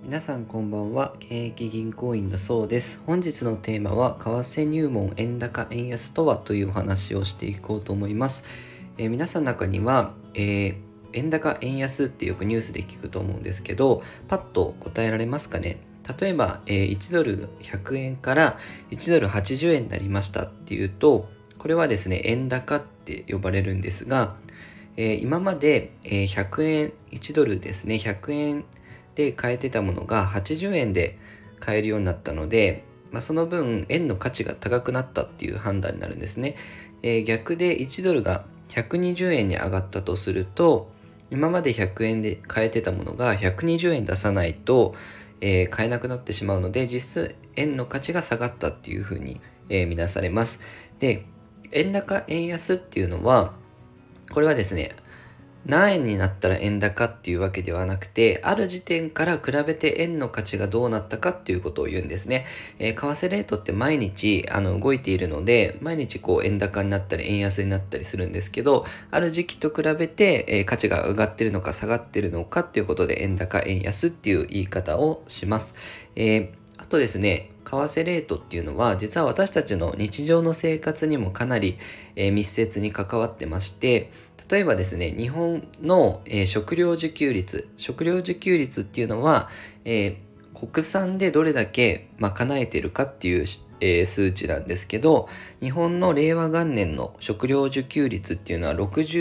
皆さんこんばんは。現役銀行員のそうです。本日のテーマは為替入門円高円安とはというお話をしていこうと思います。皆さんの中には、円高円安ってよくニュースで聞くと思うんですけど、パッと答えられますかね。例えば、1ドル100円から1ドル80円になりましたっていうと、これはですね円高って呼ばれるんですが、今まで100円1ドルですね100円で買えてたものが80円で買えるようになったので、その分円の価値が高くなったっていう判断になるんですね。逆で1ドルが120円に上がったとすると、今まで100円で買えてたものが120円出さないと、買えなくなってしまうので、実質円の価値が下がったっていうふうに、見なされます。で、円高円安っていうのは、これはですね、何円になったら円高っていうわけではなくて、ある時点から比べて円の価値がどうなったかっていうことを言うんですね。為替レートって毎日動いているので、毎日円高になったり円安になったりするんですけど、ある時期と比べて、価値が上がってるのか下がってるのかっていうことで円高円安っていう言い方をします。あとですね、為替レートっていうのは実は私たちの日常の生活にもかなり、密接に関わってまして、例えばですね、日本の、食料自給率っていうのは、国産でどれだけ賄えてるかっていう、数値なんですけど、日本の令和元年の食料自給率っていうのは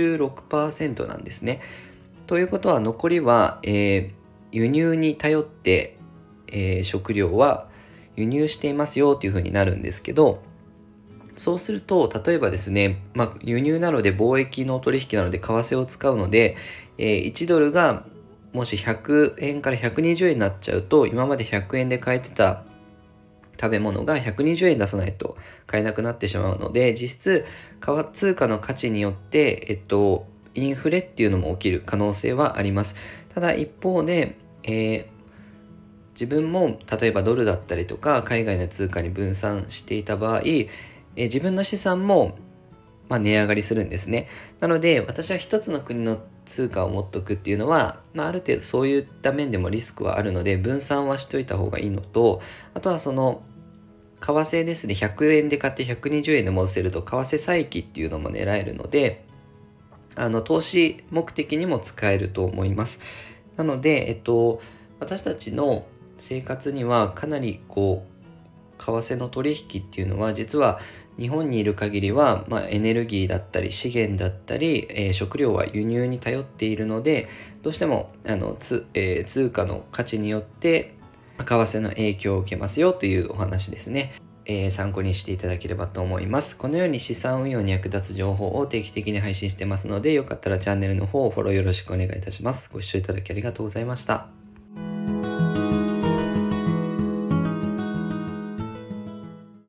66% なんですね。ということは残りは、輸入に頼って、食料は輸入していますよというふうになるんですけど、そうすると、例えばですね、輸入なので貿易の取引なので為替を使うので、1ドルがもし100円から120円になっちゃうと、今まで100円で買えてた食べ物が120円出さないと買えなくなってしまうので、実質通貨の価値によって、インフレっていうのも起きる可能性はあります。ただ一方で、自分も例えばドルだったりとか海外の通貨に分散していた場合、自分の資産も、値上がりするんですね。なので私は一つの国の通貨を持っとくっていうのは、ある程度そういった面でもリスクはあるので分散はしといた方がいいのと、あとはその為替ですね、100円で買って120円で戻せると為替差益っていうのも狙えるので、投資目的にも使えると思います。なので、私たちの生活にはかなり為替の取引っていうのは実は日本にいる限りは、エネルギーだったり資源だったり、食料は輸入に頼っているので、どうしても通貨の価値によって為替の影響を受けますよというお話ですね。参考にしていただければと思います。このように資産運用に役立つ情報を定期的に配信してますので、よかったらチャンネルの方をフォローよろしくお願いいたします。ご視聴いただきありがとうございました。